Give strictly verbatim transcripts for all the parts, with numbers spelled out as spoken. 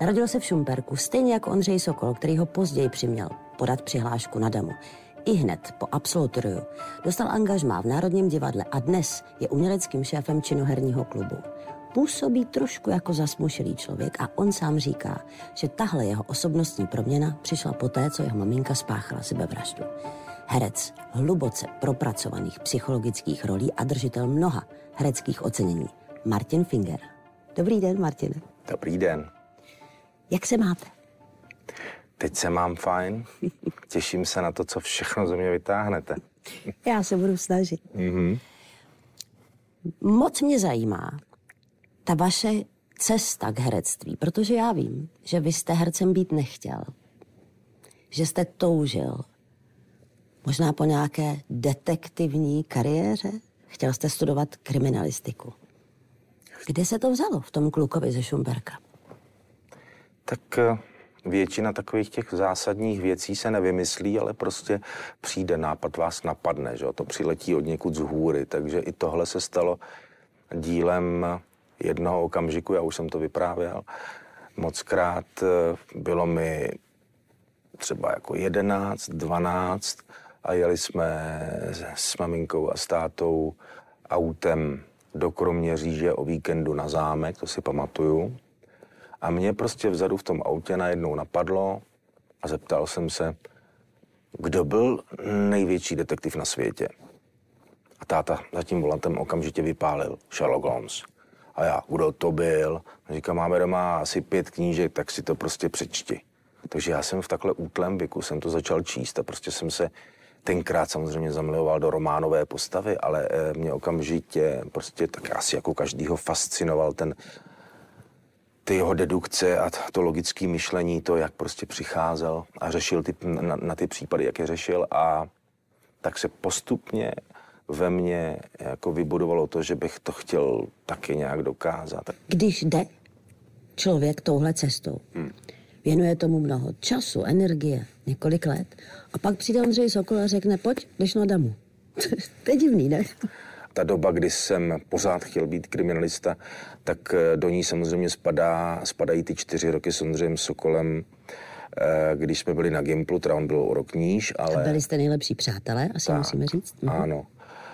Narodil se v Šumperku, stejně jako Ondřej Sokol, který ho později přiměl podat přihlášku na Damu. I hned po absolutoriu dostal angažmá v Národním divadle a dnes je uměleckým šéfem činoherního klubu. Působí trošku jako zasmušilý člověk a on sám říká, že tahle jeho osobnostní proměna přišla poté, co jeho maminka spáchala sebevraždu. Herec hluboce propracovaných psychologických rolí a držitel mnoha hereckých ocenění. Martin Finger. Dobrý den, Martine. Dobrý den. Jak se máte? Teď se mám fajn. Těším se na to, co všechno ze mě vytáhnete. Já se budu snažit. Mm-hmm. Moc mě zajímá ta vaše cesta k herectví, protože já vím, že vy jste hercem být nechtěl. Že jste toužil možná po nějaké detektivní kariéře. Chtěl jste studovat kriminalistiku. Kde se to vzalo v tom klukovi ze Šumperka? Tak většina takových těch zásadních věcí se nevymyslí, ale prostě přijde nápad, vás napadne, že? To přiletí od někud z hůry, takže i tohle se stalo dílem jednoho okamžiku, já už jsem to vyprávěl. Mockrát bylo mi třeba jako jedenáct, dvanáct a jeli jsme s maminkou a s tátou autem do Kroměříže o víkendu na zámek, to si pamatuju. A mě prostě vzadu v tom autě najednou napadlo a zeptal jsem se, kdo byl největší detektiv na světě. A táta za tím volantem okamžitě vypálil Sherlock Holmes. A já, kdo to byl? A říká, máme doma asi pět knížek, tak si to prostě přečti. Takže já jsem v takhle útlém věku jsem to začal číst a prostě jsem se tenkrát samozřejmě zamiloval do románové postavy, ale mě okamžitě prostě tak asi jako každýho fascinoval ten ty jeho dedukce a to logické myšlení, to, jak prostě přicházel a řešil ty, na, na ty případy, jak je řešil a tak se postupně ve mně jako vybudovalo to, že bych to chtěl taky nějak dokázat. Když jde člověk touhle cestou, hmm. věnuje tomu mnoho času, energie, několik let a pak přijde Ondřej Sokol a řekne, pojď, jdeš na Damu. To je divný, ne? Ta doba, kdy jsem pořád chtěl být kriminalista, tak do ní samozřejmě spadá, spadají ty čtyři roky s Ondřejem Sokolem, když jsme byli na Gimplu, teda on byl o rok níž, ale... A byli jste nejlepší přátelé, asi tak, musíme říct. Ano.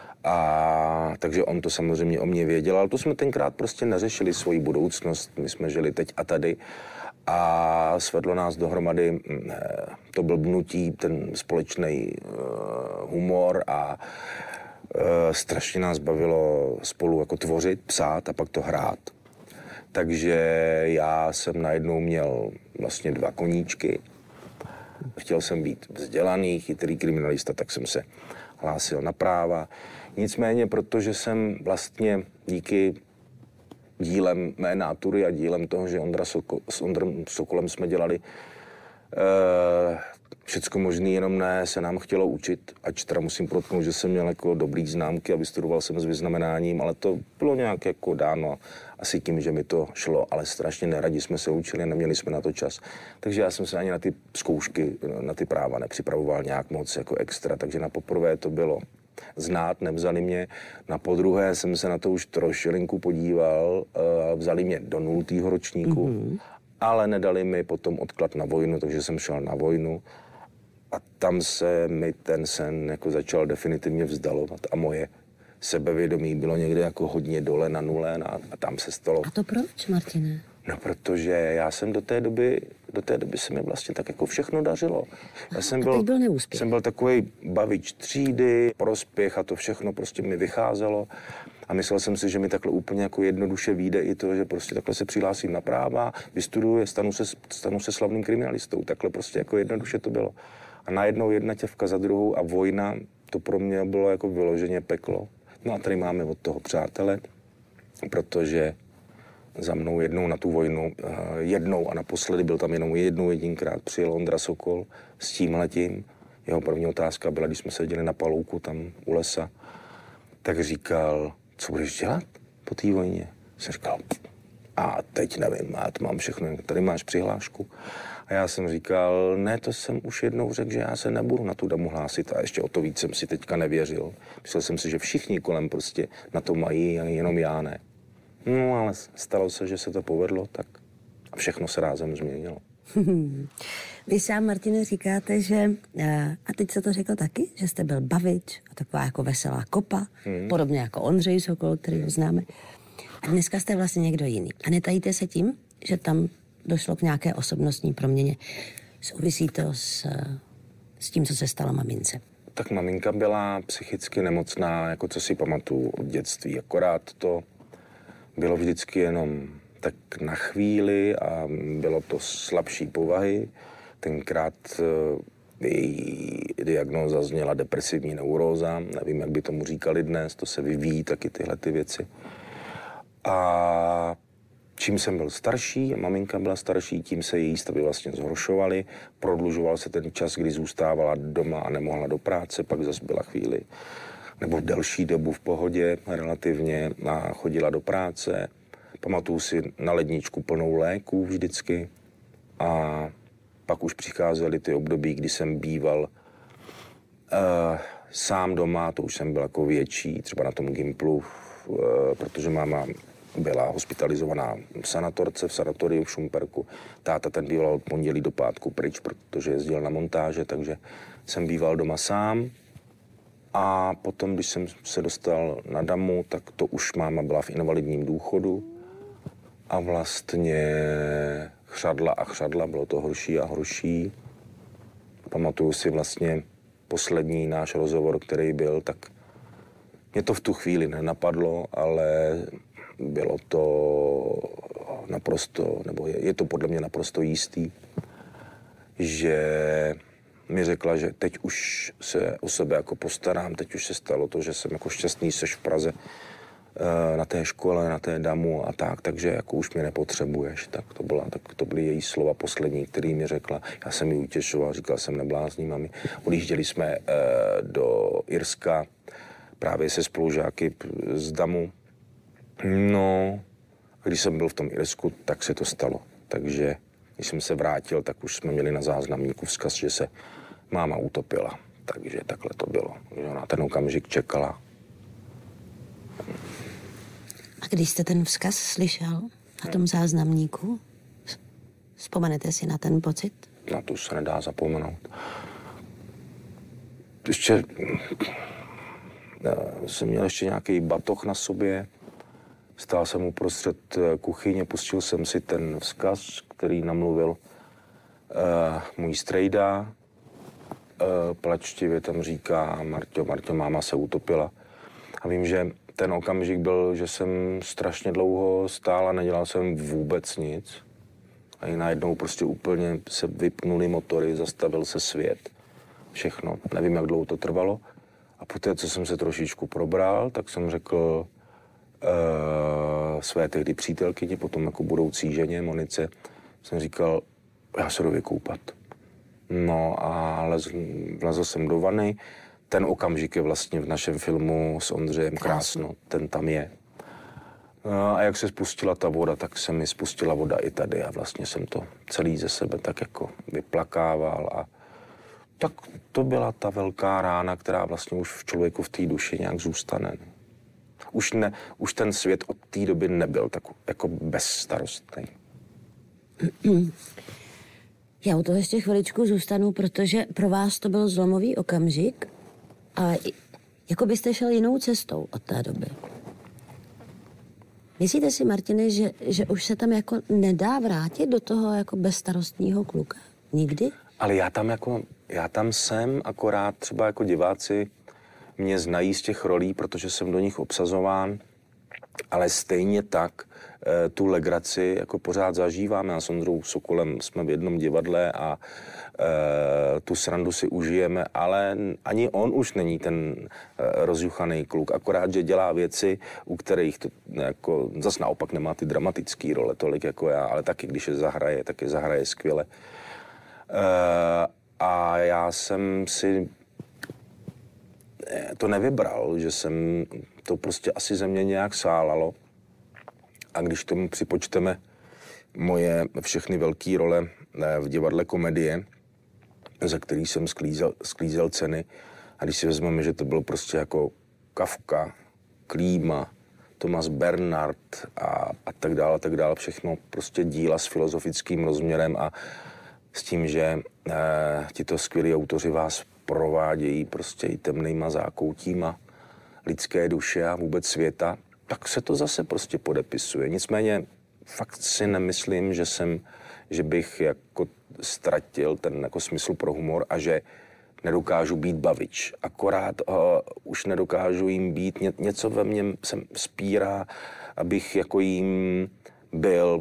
A takže on to samozřejmě o mě věděl, ale to jsme tenkrát prostě neřešili svoji budoucnost. My jsme žili teď a tady a svedlo nás dohromady to blbnutí, ten společný humor a strašně nás bavilo spolu jako tvořit, psát a pak to hrát. Takže já jsem najednou měl vlastně dva koníčky. Chtěl jsem být vzdělaný, chytrý kriminalista, tak jsem se hlásil na práva. Nicméně, protože jsem vlastně díky dílem mé nátury a dílem toho, že Ondra Sokol, s Ondrem Sokolem jsme dělali eh, všecko možný, jenom ne, se nám chtělo učit, ač teda musím podotknout, že jsem měl jako dobrý známky a vystudoval jsem s vyznamenáním, ale to bylo nějak jako dáno asi tím, že mi to šlo, ale strašně neradi jsme se učili a neměli jsme na to čas. Takže já jsem se ani na ty zkoušky, na ty práva nepřipravoval nějak moc jako extra, takže na poprvé to bylo znát, nevzali mě. Na podruhé jsem se na to už trošilinku podíval, vzali mě do nultýho ročníku, mm-hmm. ale nedali mi potom odklad na vojnu, takže jsem šel na vojnu. A tam se mi ten sen jako začal definitivně vzdalovat a moje sebevědomí bylo někde jako hodně dole na nule a, a tam se stalo. A to proč, Martine? No, protože já jsem do té doby, do té doby se mi vlastně tak jako všechno dařilo. Já jsem byl, byl neúspěch. jsem byl takový bavič třídy, prospěch a to všechno prostě mi vycházelo. A myslel jsem si, že mi takhle úplně jako jednoduše vyjde i to, že prostě takhle se přihlásím na práva, vystuduji, stanu se, stanu se slavným kriminalistou. Takhle prostě jako jednoduše to bylo. A najednou jedna těvka za druhou a vojna, to pro mě bylo jako vyloženě peklo. No a tady máme od toho přátele, protože za mnou jednou na tu vojnu, jednou a naposledy, byl tam jenom jednou jedinkrát, přijel Ondra Sokol s tímhletím. Jeho první otázka byla, když jsme seděli na palouku tam u lesa, tak říkal, co budeš dělat po té vojně? Jsem říkal, a teď nevím, já to mám všechno, tady máš přihlášku. A já jsem říkal, ne, to jsem už jednou řekl, že já se nebudu na tu Damu hlásit a ještě o to víc jsem si teďka nevěřil. Myslel jsem si, že všichni kolem prostě na to mají a jenom já ne. No ale stalo se, že se to povedlo, tak a všechno se rázem změnilo. Vy sám, Martine, říkáte, že, a teď se to řekl taky, že jste byl bavič a taková jako veselá kopa, hmm. podobně jako Ondřej Sokol, který ho známe. A dneska jste vlastně někdo jiný. A netajíte se tím, že tam došlo k nějaké osobnostní proměně? Souvisí to s, s tím, co se stalo mamince? Tak maminka byla psychicky nemocná, jako co si pamatuju od dětství. Akorát to bylo vždycky jenom tak na chvíli a bylo to slabší povahy. Tenkrát její diagnóza zněla depresivní neuróza. Nevím, jak by tomu říkali dnes, to se vyvíjí taky tyhle ty věci. A čím jsem byl starší, maminka byla starší, tím se její stavy vlastně zhoršovaly. Prodlužoval se ten čas, kdy zůstávala doma a nemohla do práce, pak zase byla chvíli nebo delší dobu v pohodě relativně a chodila do práce. Pamatuju si na ledničku plnou léků vždycky a pak už přicházely ty období, kdy jsem býval uh, sám doma, to už jsem byl jako větší, třeba na tom Gimplu, uh, protože máma byla hospitalizovaná v sanatorce, v sanatoriu v Šumperku. Táta ten býval od pondělí do pátku pryč, protože jezdil na montáže, takže jsem býval doma sám. A potom, když jsem se dostal na Damu, tak to už máma byla v invalidním důchodu a vlastně chřadla a chřadla, bylo to horší a horší. Pamatuju si vlastně poslední náš rozhovor, který byl, tak mě to v tu chvíli nenapadlo, ale bylo to naprosto, nebo je, je to podle mě naprosto jistý, že mi řekla, že teď už se o sebe jako postarám, teď už se stalo to, že jsem jako šťastný, seš v Praze na té škole, na té Damu a tak, takže jako už mě nepotřebuješ. Tak to, byla, tak to byly její slova poslední, který mi řekla. Já jsem ji utěšoval, říkal jsem, neblázní, mami. Odjížděli jsme eh, do Irska právě se spolužáky z Damu. No, a když jsem byl v tom Irsku, tak se to stalo. Takže když jsem se vrátil, tak už jsme měli na záznamníku vzkaz, že se máma utopila. Takže takhle to bylo. Že ona ten okamžik čekala. A když jste ten vzkaz slyšel na tom záznamníku, vzpomenete si na ten pocit? Na to se nedá zapomenout. Ještě jsem měl ještě nějaký batoh na sobě. Stál jsem uprostřed kuchyně, pustil jsem si ten vzkaz, který namluvil uh, můj strejda. Uh, plačtivě tam říká, Marťo, Marťo, máma se utopila. A vím, že ten okamžik byl, že jsem strašně dlouho stál a nedělal jsem vůbec nic. A i najednou prostě úplně se vypnuly motory, zastavil se svět. Všechno. Nevím, jak dlouho to trvalo. A poté, co jsem se trošičku probral, tak jsem řekl uh, své tehdy přítelkyni, potom jako budoucí ženě, Monice, jsem říkal, já se jdu vykoupat. No a lez, vlezl jsem do vany. Ten okamžik je vlastně v našem filmu s Ondřejem Krásno, ten tam je. A jak se spustila ta voda, tak se mi spustila voda i tady a vlastně jsem to celý ze sebe tak jako vyplakával a tak to byla ta velká rána, která vlastně už v člověku v té duši nějak zůstane. Už, ne, už ten svět od té doby nebyl tak jako bezstarostný. Já u toho ještě chviličku zůstanu, protože pro vás to byl zlomový okamžik, ale jako byste šel jinou cestou od té doby. Myslíte si, Martine, že, že už se tam jako nedá vrátit do toho jako bezstarostního kluka? Nikdy? Ale já tam jako, já tam jsem, akorát třeba jako diváci mě znají z těch rolí, protože jsem do nich obsazován, ale stejně tak e, tu legraci jako pořád zažíváme. A s Ondrou Sokolem jsme v jednom divadle a e, tu srandu si užijeme, ale ani on už není ten e, rozjuchaný kluk, akorát, že dělá věci, u kterých to jako, zas naopak nemá ty dramatické role tolik jako já, ale taky, když je zahraje, tak je zahraje skvěle. E, a já jsem si to nevybral, že jsem to prostě asi ze mě nějak sálalo. A když tomu připočteme moje všechny velké role v divadle komedie, za který jsem sklízel, sklízel ceny, a když si vezmeme, že to bylo prostě jako Kafka, Klíma, Thomas Bernhard a, a tak dále, a tak dále. Všechno prostě díla s filozofickým rozměrem a s tím, že eh, tito skvělí autoři vás provádějí prostě i temnýma zákoutíma lidské duše a vůbec světa, tak se to zase prostě podepisuje. Nicméně fakt si nemyslím, že jsem, že bych jako ztratil ten jako smysl pro humor a že nedokážu být bavič. Akorát uh, už nedokážu jim být, ně, něco ve mně se spírá, abych jako jim byl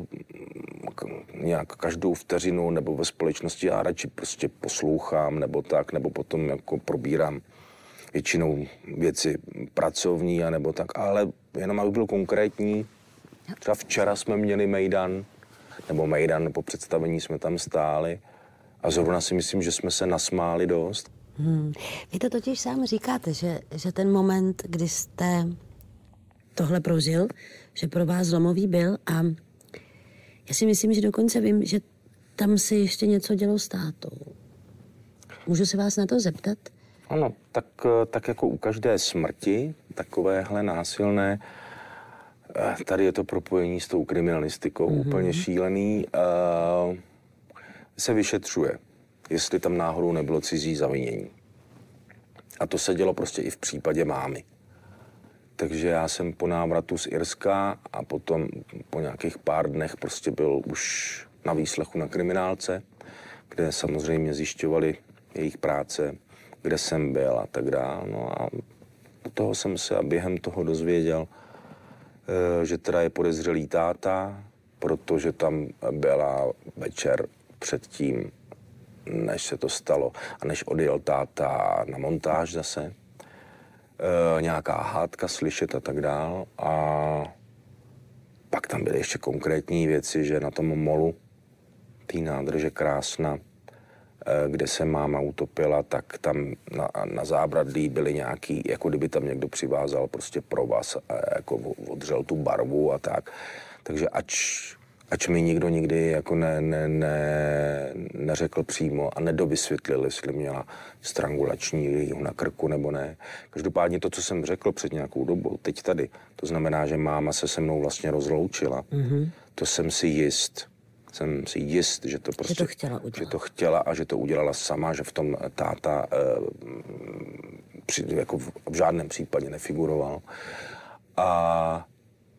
nějak každou vteřinu nebo ve společnosti. Já radši prostě poslouchám nebo tak, nebo potom jako probírám většinou věci pracovní a nebo tak, ale jenom aby byl konkrétní. Třeba včera jsme měli mejdan, nebo mejdan po představení jsme tam stáli a zrovna si myslím, že jsme se nasmáli dost. Hmm. Vy to totiž sám říkáte, že, že ten moment, kdy jste tohle prožil, že pro vás zlomový byl a já si myslím, že dokonce vím, že tam se ještě něco dělo s tátou. Můžu se vás na to zeptat? Ano, tak, tak jako u každé smrti, takovéhle násilné, tady je to propojení s tou kriminalistikou mm-hmm. úplně šílený, uh, se vyšetřuje, jestli tam náhodou nebylo cizí zavinění. A to se dělo prostě i v případě mámy. Takže já jsem po návratu z Irska a potom po nějakých pár dnech prostě byl už na výslechu na kriminálce, kde samozřejmě zjišťovali jejich práce, kde jsem byl a tak dále. No a do toho jsem se a během toho dozvěděl, že teda je podezřelý táta, protože tam byla večer předtím, než se to stalo a než odjel táta na montáž zase. E, nějaká hádka slyšet a tak dál. A pak tam byly ještě konkrétní věci, že na tom molu té nádrže Krásna, e, kde se máma utopila, tak tam na, na zábradlí byly nějaký, jako kdyby tam někdo přivázal prostě provaz, a jako odřel tu barvu a tak. Takže ač, ač mi nikdo nikdy jako ne, ne, ne, neřekl přímo a nedovysvětlil, jestli měla strangulační rýhu na krku nebo ne. Každopádně to, co jsem řekl před nějakou dobou, teď tady, to znamená, že máma se se mnou vlastně rozloučila. Mm-hmm. To jsem si jist. Jsem si jist, že to prostě... Že to chtěla udělat. Že to chtěla a že to udělala sama, že v tom táta e, při, jako v, v žádném případě nefiguroval. A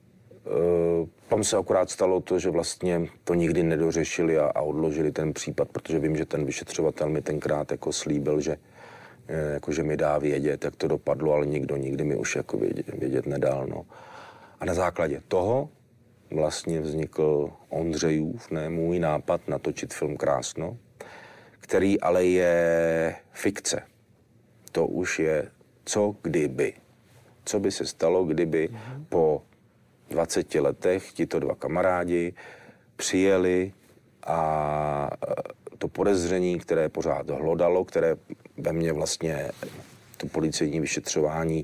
e, tam se akorát stalo to, že vlastně to nikdy nedořešili a, a odložili ten případ, protože vím, že ten vyšetřovatel mi tenkrát jako slíbil, že, e, jako, že mi dá vědět, jak to dopadlo, ale nikdo nikdy mi už jako vědět, vědět nedal. No. A na základě toho vlastně vznikl Ondřejův, ne můj nápad natočit film Krásno, který ale je fikce. To už je co kdyby. Co by se stalo, kdyby mm-hmm. po dvaceti letech tito dva kamarádi přijeli a to podezření, které pořád hlodalo, které ve mně vlastně to policejní vyšetřování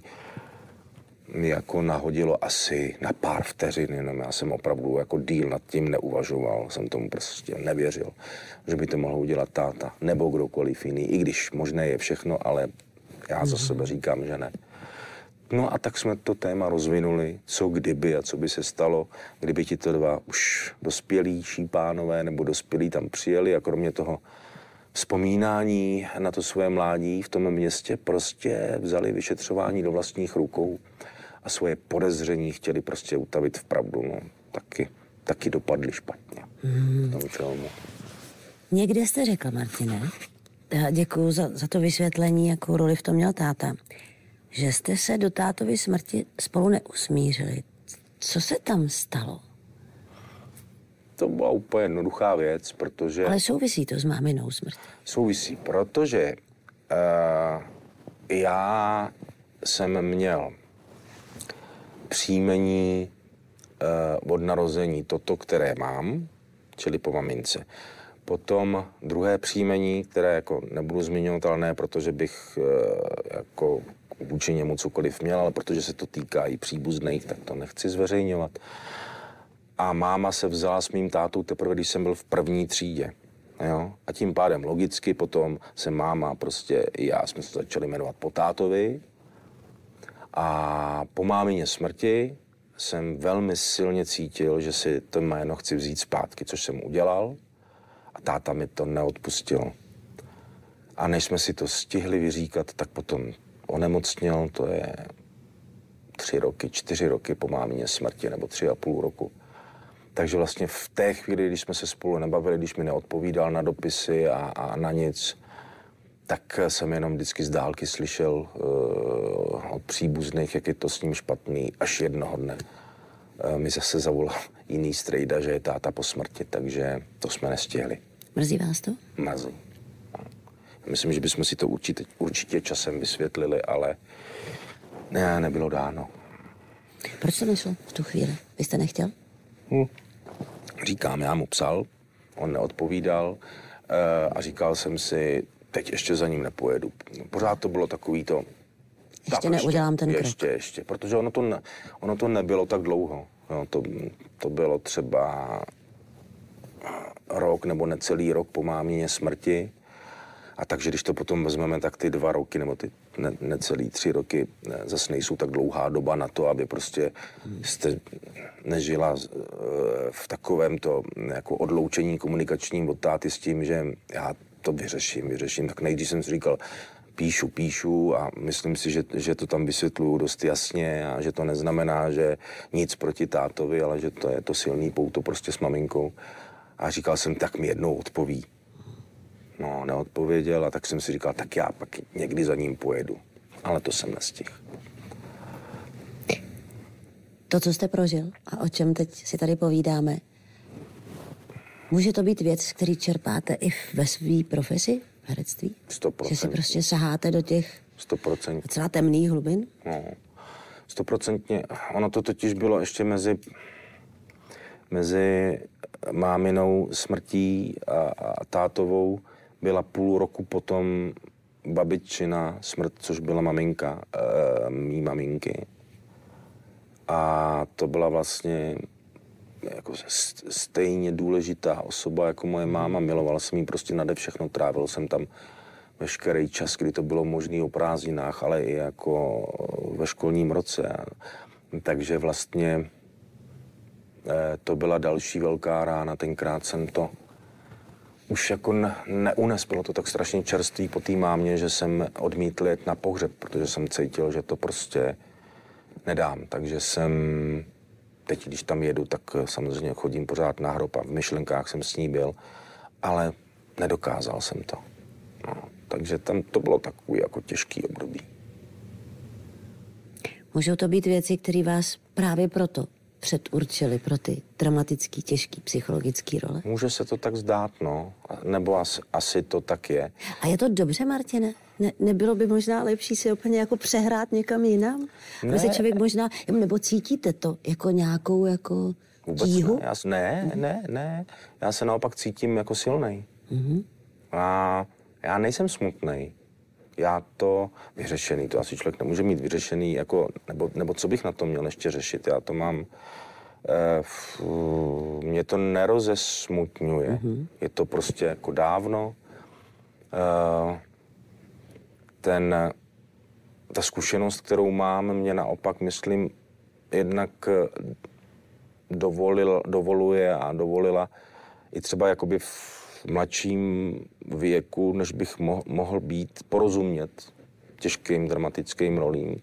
jako nahodilo asi na pár vteřin, jenom já jsem opravdu jako díl nad tím neuvažoval, jsem tomu prostě nevěřil, že by to mohl udělat táta nebo kdokoliv jiný, i když možné je všechno, ale já za sebe říkám, že ne. No a tak jsme to téma rozvinuli, co kdyby a co by se stalo, kdyby ti to dva už dospělí šípánové nebo dospělí tam přijeli a kromě toho vzpomínání na to své mládí v tom městě prostě vzali vyšetřování do vlastních rukou a svoje podezření chtěli prostě utavit v pravdu. No, taky, taky dopadli špatně. Hmm. Tom filmu. Někde jste řekl, Martine, děkuju za, za to vysvětlení, jakou roli v tom měl táta, že jste se do tátovy smrti spolu neusmířili. Co se tam stalo? To byla úplně jednoduchá věc, protože... Ale souvisí to s máminou smrtí. Souvisí, protože uh, já jsem měl příjmení uh, od narození toto, které mám, čili po mamince. Potom druhé příjmení, které jako nebudu zmiňovat, ale ne, protože bych uh, jako vůči němu cokoliv měl, ale protože se to týká i příbuzných, tak to nechci zveřejňovat. A máma se vzala s mým tátou teprve, když jsem byl v první třídě. Jo? A tím pádem logicky potom se máma prostě i já jsme se začali jmenovat po tátovi. A po mámině smrti jsem velmi silně cítil, že si to jméno chci vzít zpátky, což jsem udělal a táta mi to neodpustil. A než jsme si to stihli vyříkat, tak potom onemocněl, to je tři roky, čtyři roky po mámině smrti, nebo tři a půl roku. Takže vlastně v té chvíli, když jsme se spolu nebavili, když mi neodpovídal na dopisy a, a na nic, tak jsem jenom vždycky z dálky slyšel uh, od příbuzných, jak je to s ním špatný, až jednoho dne uh, mi zase zavolal jiný strejda, že je táta po smrti, takže to jsme nestihli. Mrzí vás to? Mrzí. Myslím, že bychom si to určitě, určitě časem vysvětlili, ale ne, nebylo dáno. Proč to nešlo v tu chvíli? Vy jste nechtěl? Hm. Říkám, já mu psal, on neodpovídal uh, a říkal jsem si, teď ještě za ním nepojedu. Pořád to bylo takový to... Ještě neudělám ten krok. Ještě, ještě, protože ono to, ne, ono to nebylo tak dlouho. No, to, to bylo třeba rok nebo necelý rok po mámině smrti. A takže když to potom vezmeme, tak ty dva roky nebo ty ne, necelý tři roky ne, zase nejsou tak dlouhá doba na to, aby prostě jste nežila v takovém to jako odloučení komunikačním od táty s tím, že já to vyřeším, vyřeším. Tak nejdřív jsem si říkal, píšu, píšu a myslím si, že, že to tam vysvětluju dost jasně a že to neznamená, že nic proti tátovi, ale že to je to silný pouto prostě s maminkou. A říkal jsem, tak mi jednou odpoví. No, neodpověděl a tak jsem si říkal, tak já pak někdy za ním pojedu. Ale to jsem nestihl. To, co jste prožil a o čem teď si tady povídáme, může to být věc, který čerpáte i ve své profesi, v herectví? sto procent. Že si prostě saháte do těch sto procent. docela temných hlubin? No, stoprocentně. Ono to totiž bylo ještě mezi, mezi máminou smrtí a, a tátovou. Byla půl roku potom babičina smrt, což byla maminka e, mý maminky. A to byla vlastně jako stejně důležitá osoba jako moje máma. Miloval jsem jí prostě nade všechno, trávil jsem tam veškerý čas, kdy to bylo možný o prázdninách, ale i jako ve školním roce. Takže vlastně e, to byla další velká rána. Tenkrát jsem to už jako ne, neunes, bylo to tak strašně čerstvý po té mámě, že jsem odmítl jet na pohřeb, protože jsem cítil, že to prostě nedám. Takže jsem, teď když tam jedu, tak samozřejmě chodím pořád na hrob a v myšlenkách jsem s ní byl, ale nedokázal jsem to. No, takže tam to bylo takový jako těžký období. Můžou to být věci, které vás právě proto předurčili pro ty dramatický, těžký psychologický role? Může se to tak zdát, no. Nebo asi, asi to tak je. A je to dobře, Martine? Ne, nebylo by možná lepší si úplně jako přehrát někam jinam? Ne. Se člověk možná, nebo cítíte to jako nějakou jako Vůbec tíhu? Ne, já, ne, ne, ne. Já se naopak cítím jako silnej. Mm-hmm. A já nejsem smutnej. Já to vyřešený, to asi člověk nemůže mít vyřešený, jako, nebo, nebo co bych na to měl ještě řešit. Já to mám, eh, f, mě to nerozesmutňuje. Mm-hmm. Je to prostě jako dávno. Eh, ten, ta zkušenost, kterou mám, mě naopak, myslím, jednak dovolil, dovoluje a dovolila i třeba jakoby v mladším věku, než bych mo- mohl být, porozumět těžkým dramatickým rolím.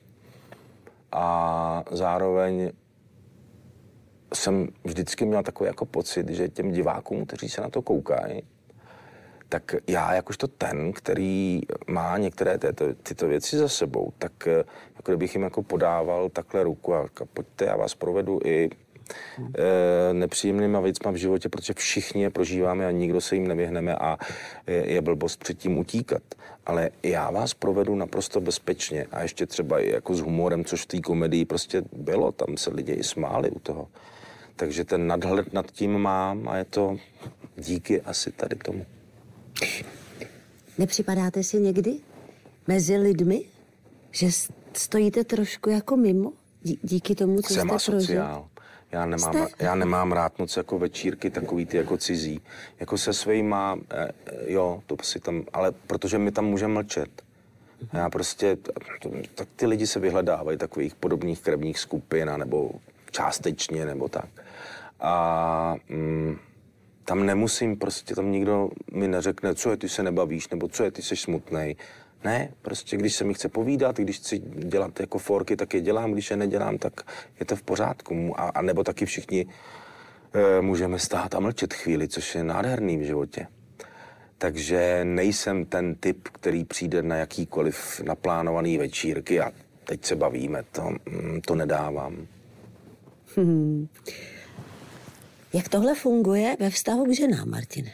A zároveň jsem vždycky měl takový jako pocit, že těm divákům, kteří se na to koukají, tak já jakožto ten, který má některé této, tyto věci za sebou, tak jako kdybych jim jako podával takhle ruku a pojďte, já vás provedu i e, nepříjemnýma věcma v životě, protože všichni je prožíváme a nikdo se jim nevyhneme a je, je blbost předtím utíkat. Ale já vás provedu naprosto bezpečně a ještě třeba i jako s humorem, což v té komedii prostě bylo, tam se lidi i smáli u toho. Takže ten nadhled nad tím mám a je to díky asi tady tomu. Nepřipadáte si někdy mezi lidmi, že stojíte trošku jako mimo dí, díky tomu, co Jsem jste asociál. prožil? Já nemám, Jste... já nemám rád moc jako večírky, takový ty jako cizí. Jako se svýma, eh, jo, to si tam, ale protože my tam můžeme mlčet. Já prostě, to, tak ty lidi se vyhledávají takových podobných krevních skupin, nebo částečně nebo tak. A mm, tam nemusím, prostě tam nikdo mi neřekne, co je, ty se nebavíš, nebo co je, ty jsi smutnej. Ne, prostě když se mi chce povídat, když chci dělat jako forky, tak je dělám, když je nedělám, tak je to v pořádku. A, a nebo taky všichni e, můžeme stát a mlčet chvíli, což je nádherný v životě. Takže nejsem ten typ, který přijde na jakýkoliv naplánovaný večírky a teď se bavíme, to, to nedávám. Hmm. Jak tohle funguje ve vztahu k ženám, Martine?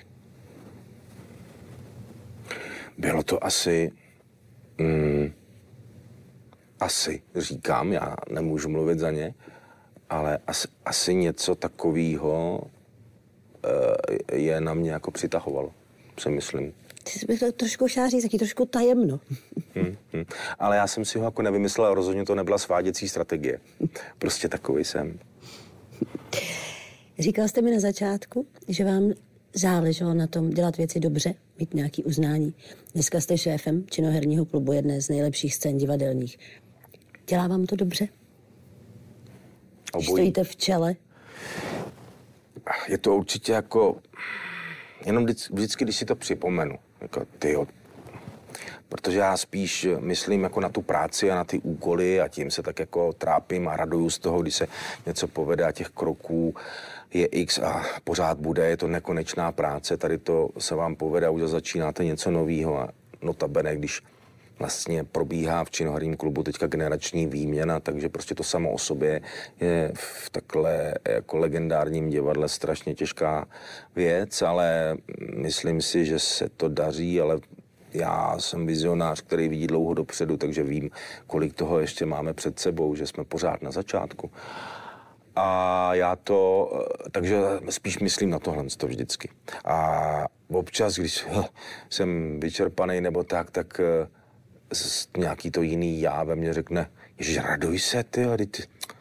Bylo to asi... Mm, asi, říkám, já nemůžu mluvit za ně, ale asi, asi něco takového e, je na mě jako přitahovalo, si myslím. Ty bych to trošku chtěla říct, taky trošku tajemno. Hmm, hmm. Ale já jsem si ho jako nevymyslel, rozhodně to nebyla sváděcí strategie. Prostě takový jsem. Říkal jste mi na začátku, že vám záleželo na tom dělat věci dobře, mít nějaký uznání. Dneska jste šéfem činoherního klubu jedné z nejlepších scén divadelních. Dělá vám to dobře? Obojí. Stojíte v čele? Je to určitě jako... Jenom vždycky, vždycky když si to připomenu. Jako tyjo. Protože já spíš myslím jako na tu práci a na ty úkoly a tím se tak jako trápím a raduju z toho, když se něco povede a těch kroků je x a pořád bude, je to nekonečná práce, tady to se vám povede a už začínáte něco nového a notabene, když vlastně probíhá v činoherním klubu teďka generační výměna, takže prostě to samo o sobě je v takhle jako legendárním divadle strašně těžká věc, ale myslím si, že se to daří, ale já jsem vizionář, který vidí dlouho dopředu, takže vím, kolik toho ještě máme před sebou, že jsme pořád na začátku. A já to, takže spíš myslím na tohle to vždycky. A občas, když jsem vyčerpaný nebo tak, tak nějaký to jiný já ve mně řekne, ježiš, raduj se, ty, ty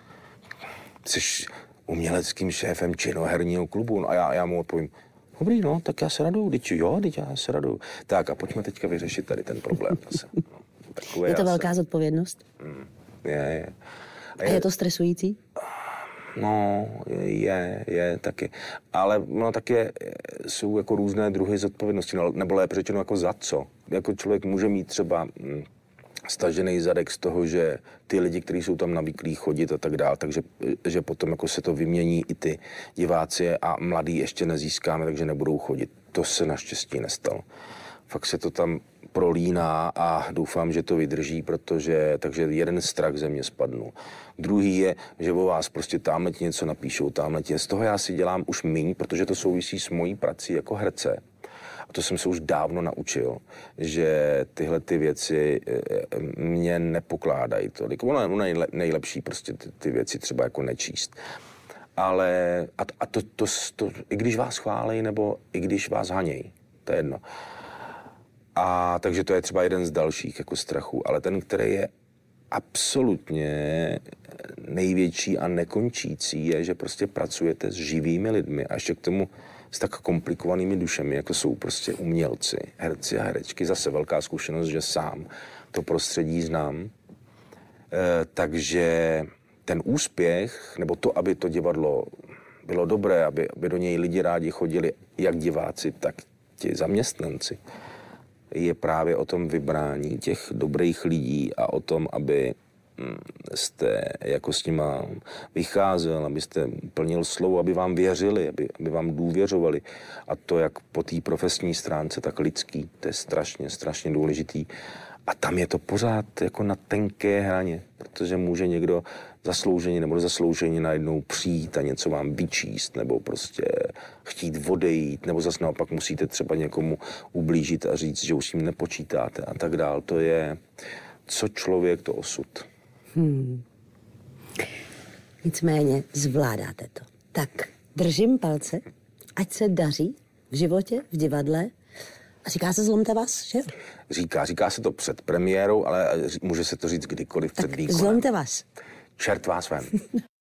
jsi uměleckým šéfem činoherního klubu. No a já, já mu odpovím, dobrý, no, tak já se raduju, teď jo, teď já se raduju. Tak a pojďme teďka vyřešit tady ten problém zase. No, je to velká jsem. zodpovědnost? Mm, je, je. A je, a je to stresující? No, je, je taky. Ale no tak je, jsou jako různé druhy zodpovědnosti, no, nebo lépe řečeno jako za co. Jako člověk může mít třeba mm, stažený zadek z toho, že ty lidi, kteří jsou tam navyklí chodit a tak dál, takže že potom jako se to vymění i ty diváci a mladí ještě nezískáme, takže nebudou chodit. To se naštěstí nestalo. Fakt se to tam prolíná a doufám, že to vydrží, protože takže jeden strach ze mě spadnul. Druhý je, že o vás prostě tamhle ti něco napíšou, tamhle ti. Z toho já si dělám už míň, protože to souvisí s mojí prací jako herce. A to jsem se už dávno naučil, že tyhle ty věci mě nepokládají tolik. Ono je nejlepší prostě ty, ty věci třeba jako nečíst. Ale a, a to, to, to, i když vás chválej, nebo i když vás haněj, to je jedno. A takže to je třeba jeden z dalších jako strachů, ale ten, který je absolutně největší a nekončící, je, že prostě pracujete s živými lidmi a ještě k tomu s tak komplikovanými dušemi, jako jsou prostě umělci, herci a herečky. Zase velká zkušenost, že sám to prostředí znám. E, takže ten úspěch, nebo to, aby to divadlo bylo dobré, aby, aby do něj lidi rádi chodili, jak diváci, tak ti zaměstnanci, je právě o tom vybrání těch dobrých lidí a o tom, aby jste jako s nima vycházel, abyste plnil slovo, aby vám věřili, aby, aby vám důvěřovali. A to jak po té profesní stránce, tak lidský. To je strašně, strašně důležitý. A tam je to pořád jako na tenké hraně, protože může někdo zaslouženě nebo zaslouženě najednou přijít a něco vám vyčíst, nebo prostě chtít odejít, nebo zase naopak musíte třeba někomu ublížit a říct, že už s ním nepočítáte a tak dál. To je, co člověk, to osud. Hmm. Nicméně zvládáte to. Tak držím palce, ať se daří v životě, v divadle. A říká se zlomte vás, že? Říká, říká se to před premiérou, ale může se to říct kdykoliv tak před výkonem. Zlomte vás. Čert vás vem.